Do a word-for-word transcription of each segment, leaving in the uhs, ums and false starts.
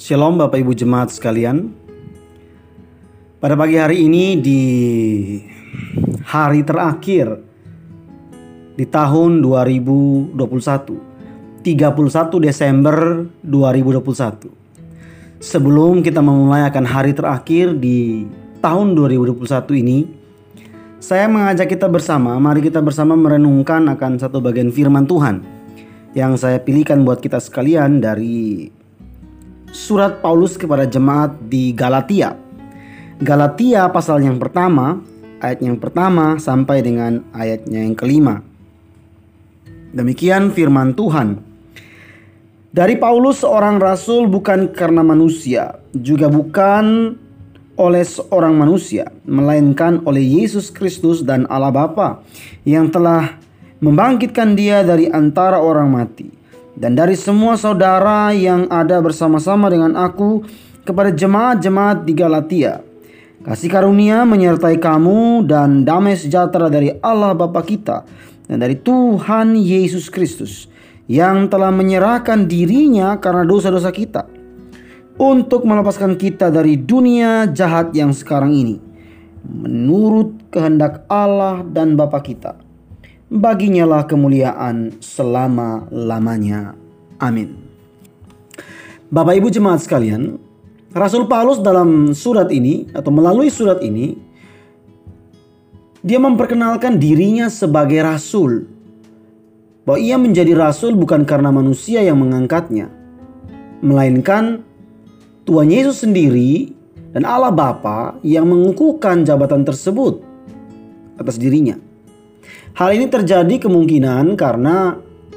Shalom Bapak Ibu Jemaat sekalian. Pada pagi hari ini di hari terakhir di tahun dua ribu dua puluh satu, tiga puluh satu Desember dua ribu dua puluh satu. Sebelum kita memulai akan hari terakhir di tahun dua ribu dua puluh satu ini, saya mengajak kita bersama, mari kita bersama merenungkan akan satu bagian firman Tuhan yang saya pilihkan buat kita sekalian dari Surat Paulus kepada jemaat di Galatia. Galatia pasal yang pertama, ayat yang pertama sampai dengan ayatnya yang kelima. Demikian firman Tuhan. Dari Paulus seorang rasul bukan karena manusia, juga bukan oleh seorang manusia, melainkan oleh Yesus Kristus dan Allah Bapa yang telah membangkitkan dia dari antara orang mati. Dan dari semua saudara yang ada bersama-sama dengan aku kepada jemaat-jemaat di Galatia, kasih karunia menyertai kamu dan damai sejahtera dari Allah Bapa kita dan dari Tuhan Yesus Kristus yang telah menyerahkan dirinya karena dosa-dosa kita untuk melepaskan kita dari dunia jahat yang sekarang ini, menurut kehendak Allah dan Bapa kita. Baginya lah kemuliaan selama-lamanya. Amin. Bapak Ibu Jemaat sekalian, Rasul Paulus dalam surat ini atau melalui surat ini, dia memperkenalkan dirinya sebagai rasul. Bahwa ia menjadi rasul bukan karena manusia yang mengangkatnya, melainkan Tuhan Yesus sendiri dan Allah Bapa yang mengukuhkan jabatan tersebut atas dirinya. Hal ini terjadi kemungkinan karena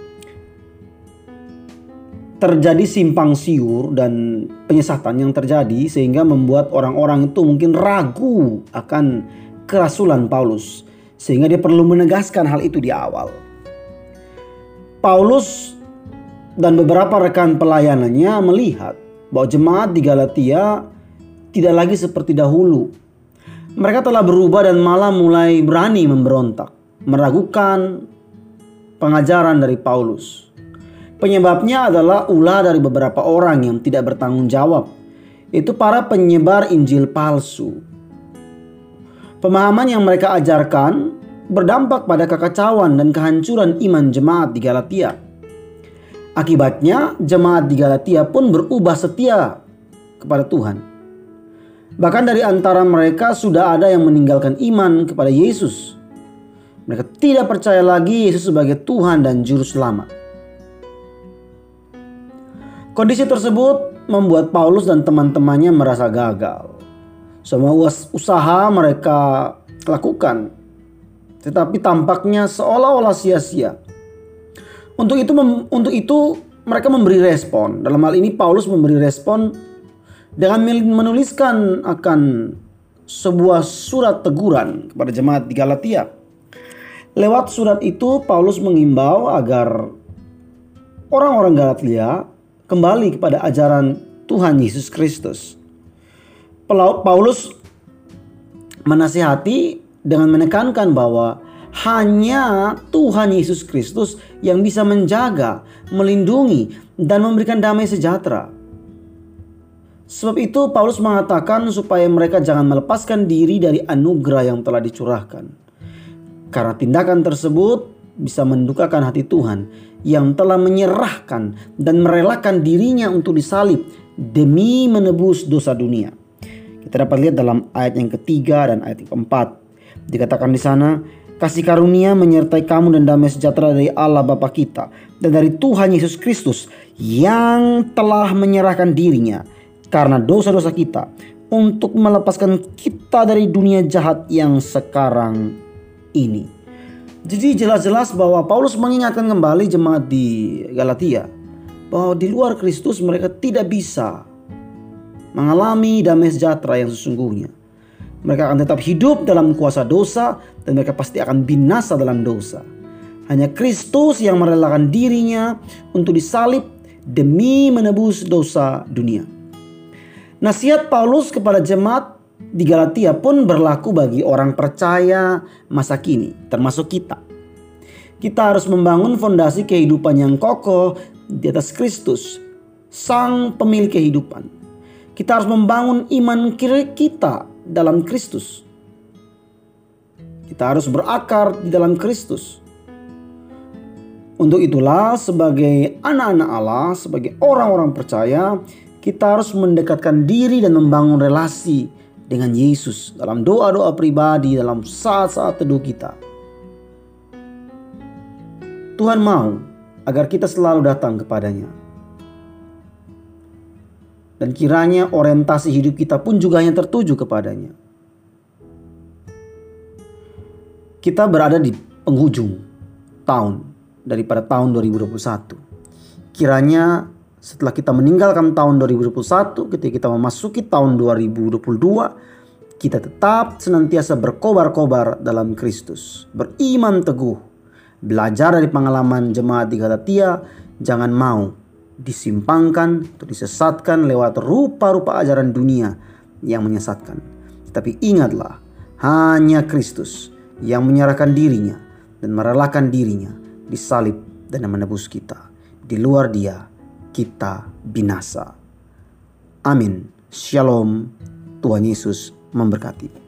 terjadi simpang siur dan penyesatan yang terjadi sehingga membuat orang-orang itu mungkin ragu akan kerasulan Paulus, sehingga dia perlu menegaskan hal itu di awal. Paulus dan beberapa rekan pelayanannya melihat bahwa jemaat di Galatia tidak lagi seperti dahulu. Mereka telah berubah dan malah mulai berani memberontak, meragukan pengajaran dari Paulus. Penyebabnya adalah ulah dari beberapa orang yang tidak bertanggung jawab, yaitu para penyebar Injil palsu. Pemahaman yang mereka ajarkan berdampak pada kekacauan dan kehancuran iman jemaat di Galatia. Akibatnya jemaat di Galatia pun berubah setia kepada Tuhan. Bahkan dari antara mereka sudah ada yang meninggalkan iman kepada Yesus. Mereka tidak percaya lagi Yesus sebagai Tuhan dan Juru Selamat. Kondisi tersebut membuat Paulus dan teman-temannya merasa gagal. Semua usaha mereka lakukan, tetapi tampaknya seolah-olah sia-sia. Untuk itu, untuk itu mereka memberi respon. Dalam hal ini Paulus memberi respon dengan menuliskan akan sebuah surat teguran kepada jemaat di Galatia. Lewat surat itu Paulus mengimbau agar orang-orang Galatia kembali kepada ajaran Tuhan Yesus Kristus. Paulus menasihati dengan menekankan bahwa hanya Tuhan Yesus Kristus yang bisa menjaga, melindungi, dan memberikan damai sejahtera. Sebab itu Paulus mengatakan supaya mereka jangan melepaskan diri dari anugerah yang telah dicurahkan. Karena tindakan tersebut bisa mendukakan hati Tuhan yang telah menyerahkan dan merelakan dirinya untuk disalib demi menebus dosa dunia. Kita dapat lihat dalam ayat yang ketiga dan ayat yang keempat. Dikatakan di sana, kasih karunia menyertai kamu dan damai sejahtera dari Allah Bapa kita dan dari Tuhan Yesus Kristus yang telah menyerahkan dirinya karena dosa-dosa kita untuk melepaskan kita dari dunia jahat yang sekarang ini. Jadi jelas-jelas bahwa Paulus mengingatkan kembali jemaat di Galatia bahwa di luar Kristus mereka tidak bisa mengalami damai sejahtera yang sesungguhnya. Mereka akan tetap hidup dalam kuasa dosa dan mereka pasti akan binasa dalam dosa. Hanya Kristus yang merelakan dirinya untuk disalib demi menebus dosa dunia. Nasihat Paulus kepada jemaat di Galatia pun berlaku bagi orang percaya masa kini, termasuk kita. Kita harus membangun fondasi kehidupan yang kokoh di atas Kristus, Sang pemilik kehidupan. Kita harus membangun iman kita dalam Kristus. Kita harus berakar di dalam Kristus. Untuk itulah sebagai anak-anak Allah, sebagai orang-orang percaya, kita harus mendekatkan diri dan membangun relasi dengan Yesus dalam doa-doa pribadi, dalam saat-saat teduh kita. Tuhan mau agar kita selalu datang kepadanya. Dan kiranya orientasi hidup kita pun juga hanya tertuju kepadanya. Kita berada di penghujung tahun daripada tahun dua ribu dua puluh satu. Kiranya setelah kita meninggalkan tahun dua ribu dua puluh satu, ketika kita memasuki tahun dua ribu dua puluh dua, kita tetap senantiasa berkobar-kobar dalam Kristus. Beriman teguh. Belajar dari pengalaman jemaat di Galatia, jangan mau disimpangkan atau disesatkan lewat rupa-rupa ajaran dunia yang menyesatkan. Tapi ingatlah, hanya Kristus yang menyerahkan dirinya dan merelakan dirinya disalib dan menebus kita. Di luar Dia, kita binasa. Amin. Shalom. Tuhan Yesus memberkati.